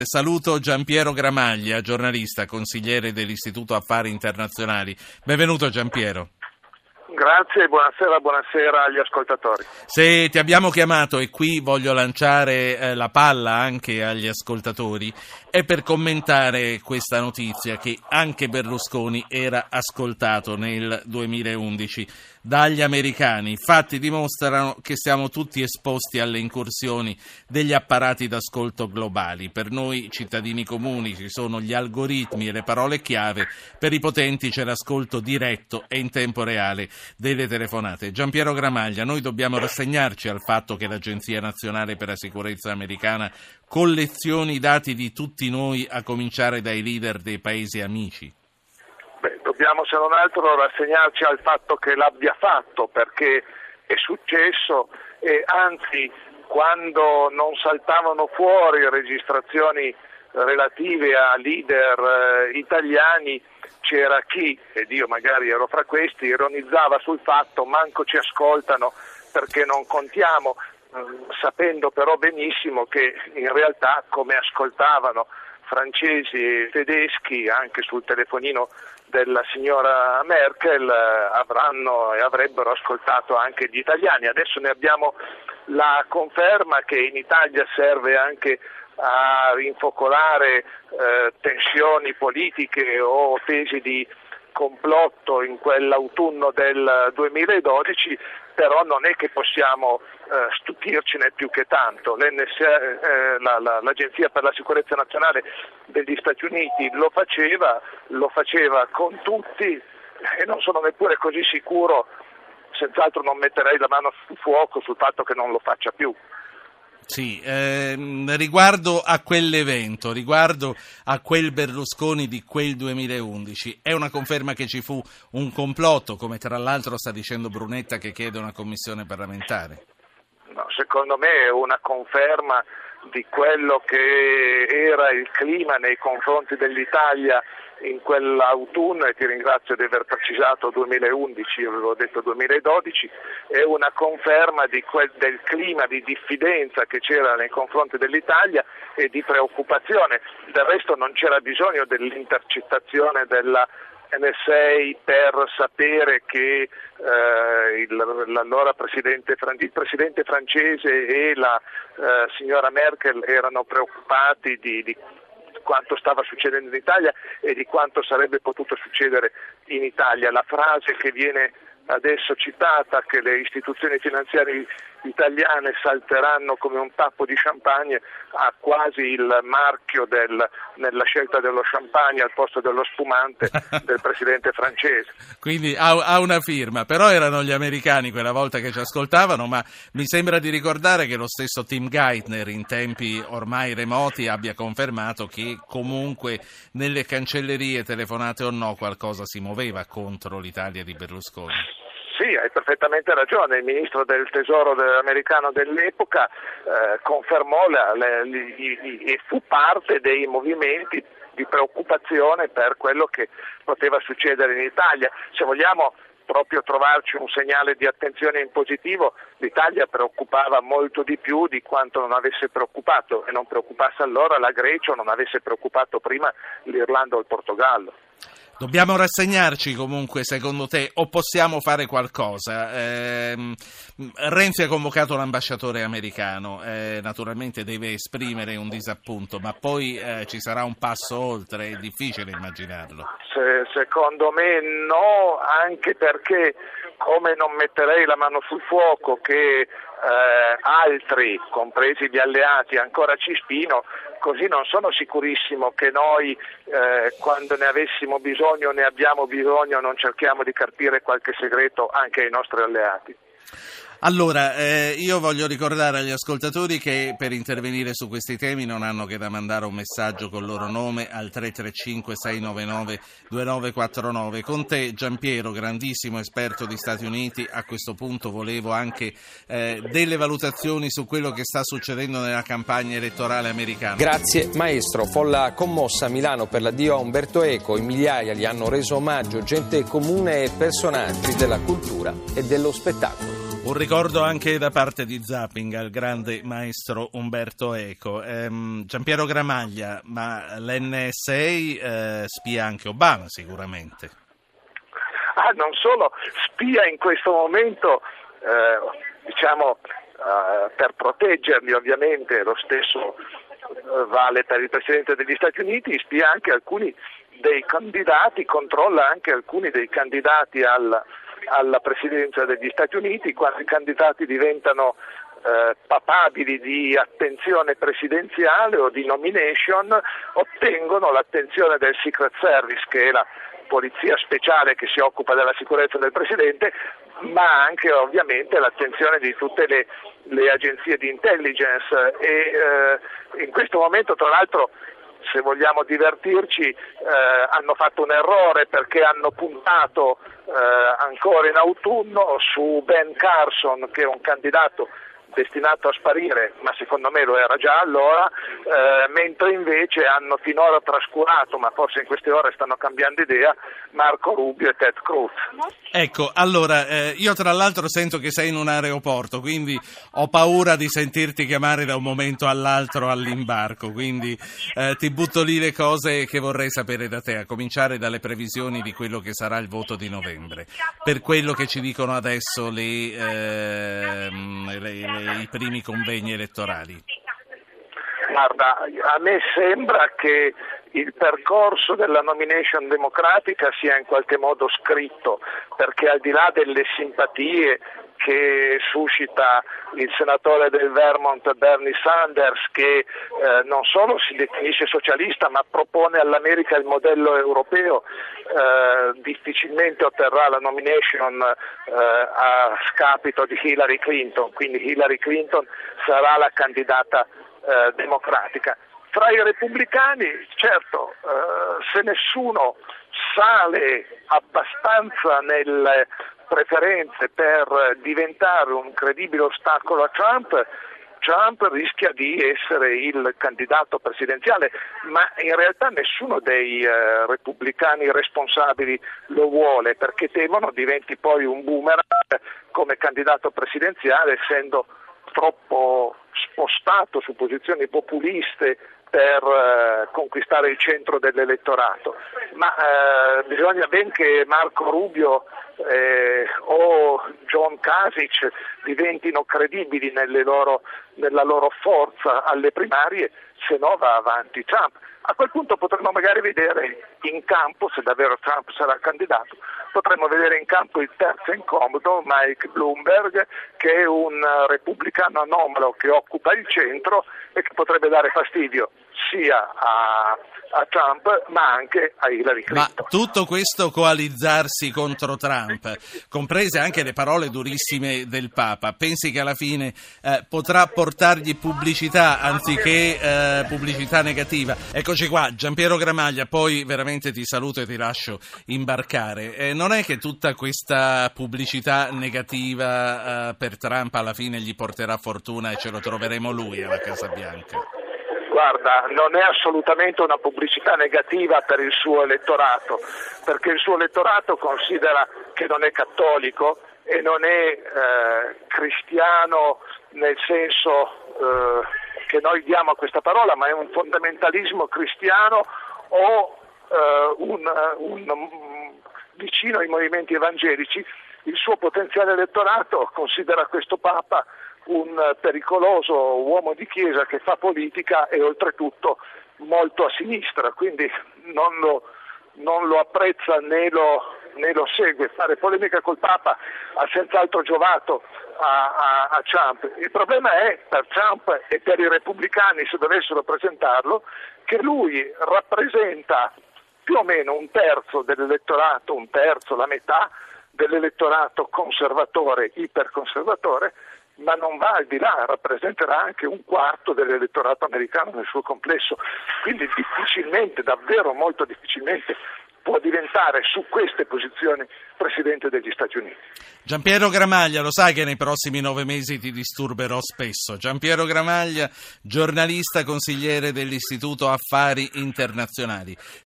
Saluto Giampiero Gramaglia, giornalista, consigliere dell'Istituto Affari Internazionali. Benvenuto Giampiero. Grazie e buonasera agli ascoltatori. Se ti abbiamo chiamato, e qui voglio lanciare la palla anche agli ascoltatori, è per commentare questa notizia che anche Berlusconi era ascoltato nel 2011 dagli americani. I fatti dimostrano che siamo tutti esposti alle incursioni degli apparati d'ascolto globali. Per noi cittadini comuni ci sono gli algoritmi e le parole chiave, per i potenti c'è l'ascolto diretto e in tempo reale delle telefonate. Giampiero Gramaglia, noi dobbiamo rassegnarci al fatto che l'Agenzia Nazionale per la Sicurezza Americana collezioni i dati di tutti noi, a cominciare dai leader dei paesi amici? Dobbiamo se non altro rassegnarci al fatto che l'abbia fatto, perché è successo, e anzi quando non saltavano fuori registrazioni relative a leader italiani c'era chi, ed io magari ero fra questi, ironizzava sul fatto manco ci ascoltano perché non contiamo, sapendo però benissimo che in realtà come ascoltavano francesi e tedeschi anche sul telefonino della signora Merkel avranno e avrebbero ascoltato anche gli italiani. Adesso ne abbiamo la conferma che in Italia serve anche a rinfocolare tensioni politiche o tesi di complotto in quell'autunno del 2012, però non è che possiamo stupircene più che tanto. L'Agenzia per la Sicurezza Nazionale degli Stati Uniti lo faceva con tutti, e non sono neppure così sicuro, senz'altro non metterei la mano sul fuoco sul fatto che non lo faccia più. Sì, riguardo a quell'evento, riguardo a quel Berlusconi di quel 2011, è una conferma che ci fu un complotto, come tra l'altro sta dicendo Brunetta, che chiede una commissione parlamentare? No, secondo me è una conferma di quello che era il clima nei confronti dell'Italia in quell'autunno, e ti ringrazio di aver precisato 2011, io avevo detto 2012, è una conferma del clima di diffidenza che c'era nei confronti dell'Italia e di preoccupazione. Del resto non c'era bisogno dell'intercettazione della NSA per sapere che l'allora il presidente francese e la signora Merkel erano preoccupati di quanto stava succedendo in Italia e di quanto sarebbe potuto succedere in Italia. La frase che viene adesso citata, che le istituzioni finanziarie italiane salteranno come un tappo di champagne, ha quasi il marchio nella scelta dello champagne al posto dello spumante del presidente francese. Quindi ha una firma, però erano gli americani quella volta che ci ascoltavano, ma mi sembra di ricordare che lo stesso Tim Geithner in tempi ormai remoti abbia confermato che comunque nelle cancellerie, telefonate o no, qualcosa si muoveva contro l'Italia di Berlusconi. Sì, hai perfettamente ragione. Il ministro del tesoro americano dell'epoca confermò e fu parte dei movimenti di preoccupazione per quello che poteva succedere in Italia. Se vogliamo proprio trovarci un segnale di attenzione in positivo, l'Italia preoccupava molto di più di quanto non avesse preoccupato, e non preoccupasse allora la Grecia o non avesse preoccupato prima l'Irlanda o il Portogallo. Dobbiamo rassegnarci comunque, secondo te, o possiamo fare qualcosa? Renzi ha convocato l'ambasciatore americano, naturalmente deve esprimere un disappunto, ma poi ci sarà un passo oltre, è difficile immaginarlo. Secondo me no, anche perché, come non metterei la mano sul fuoco che altri, compresi gli alleati, ancora ci spino, così non sono sicurissimo che noi quando ne avessimo bisogno, ne abbiamo bisogno, non cerchiamo di carpire qualche segreto anche ai nostri alleati. Allora, io voglio ricordare agli ascoltatori che per intervenire su questi temi non hanno che da mandare un messaggio con il loro nome al 335-699-2949. Con te, Giampiero, grandissimo esperto di Stati Uniti, a questo punto volevo anche delle valutazioni su quello che sta succedendo nella campagna elettorale americana. Grazie maestro, folla commossa a Milano per l'addio a Umberto Eco, in migliaia gli hanno reso omaggio, gente comune e personaggi della cultura e dello spettacolo. Un ricordo anche da parte di Zapping al grande maestro Umberto Eco. Giampiero Gramaglia, ma l'NSA spia anche Obama sicuramente. Non solo, spia in questo momento, per proteggerli ovviamente, lo stesso vale per il Presidente degli Stati Uniti, spia anche alcuni dei candidati, controlla anche alcuni dei candidati alla Presidenza degli Stati Uniti. Quando i candidati diventano papabili di attenzione presidenziale o di nomination, ottengono l'attenzione del Secret Service, che è la polizia speciale che si occupa della sicurezza del Presidente, ma anche ovviamente l'attenzione di tutte le agenzie di intelligence e in questo momento, tra l'altro, se vogliamo divertirci, hanno fatto un errore perché hanno puntato ancora in autunno su Ben Carson, che è un candidato destinato a sparire, ma secondo me lo era già allora, mentre invece hanno finora trascurato, ma forse in queste ore stanno cambiando idea, Marco Rubio e Ted Cruz. Ecco, allora, io tra l'altro sento che sei in un aeroporto, quindi ho paura di sentirti chiamare da un momento all'altro all'imbarco, quindi ti butto lì le cose che vorrei sapere da te, a cominciare dalle previsioni di quello che sarà il voto di novembre. Per quello che ci dicono adesso i primi convegni elettorali. Guarda, a me sembra che il percorso della nomination democratica sia in qualche modo scritto, perché al di là delle simpatie che suscita il senatore del Vermont Bernie Sanders, che non solo si definisce socialista ma propone all'America il modello europeo, difficilmente otterrà la nomination a scapito di Hillary Clinton, quindi Hillary Clinton sarà la candidata democratica. Tra i repubblicani, certo, se nessuno sale abbastanza nelle preferenze per diventare un credibile ostacolo a Trump rischia di essere il candidato presidenziale, ma in realtà nessuno dei repubblicani responsabili lo vuole, perché temono diventi poi un boomerang come candidato presidenziale, essendo troppo spostato su posizioni populiste per conquistare il centro dell'elettorato. Ma bisogna ben che Marco Rubio o John Kasich diventino credibili nella loro forza alle primarie, se no va avanti Trump. A quel punto potremmo magari vedere in campo, se davvero Trump sarà candidato, potremmo vedere in campo il terzo incomodo, Mike Bloomberg, che è un repubblicano anomalo che occupa il centro e che potrebbe dare fastidio sia a Trump ma anche a Hillary Clinton. Ma tutto questo coalizzarsi contro Trump, comprese anche le parole durissime del Papa, pensi che alla fine potrà portargli pubblicità anziché pubblicità negativa? Eccoci qua, Giampiero Gramaglia, poi veramente ti saluto e ti lascio imbarcare. Non è che tutta questa pubblicità negativa per Trump alla fine gli porterà fortuna e ce lo troveremo lui alla Casa Bianca? Guarda, non è assolutamente una pubblicità negativa per il suo elettorato, perché il suo elettorato considera che non è cattolico e non è cristiano nel senso che noi diamo a questa parola, ma è un fondamentalismo cristiano o vicino ai movimenti evangelici. Il suo potenziale elettorato considera questo Papa un pericoloso uomo di chiesa che fa politica e oltretutto molto a sinistra, quindi non lo apprezza né lo segue. Fare polemica col Papa ha senz'altro giovato a Trump. Il problema è per Trump e per i repubblicani, se dovessero presentarlo, che lui rappresenta più o meno un terzo dell'elettorato, la metà dell'elettorato conservatore, iperconservatore, ma non va al di là, rappresenterà anche un quarto dell'elettorato americano nel suo complesso, quindi difficilmente, davvero molto difficilmente, può diventare su queste posizioni Presidente degli Stati Uniti. Giampiero Gramaglia, lo sai che nei prossimi 9 mesi ti disturberò spesso. Giampiero Gramaglia, giornalista, consigliere dell'Istituto Affari Internazionali.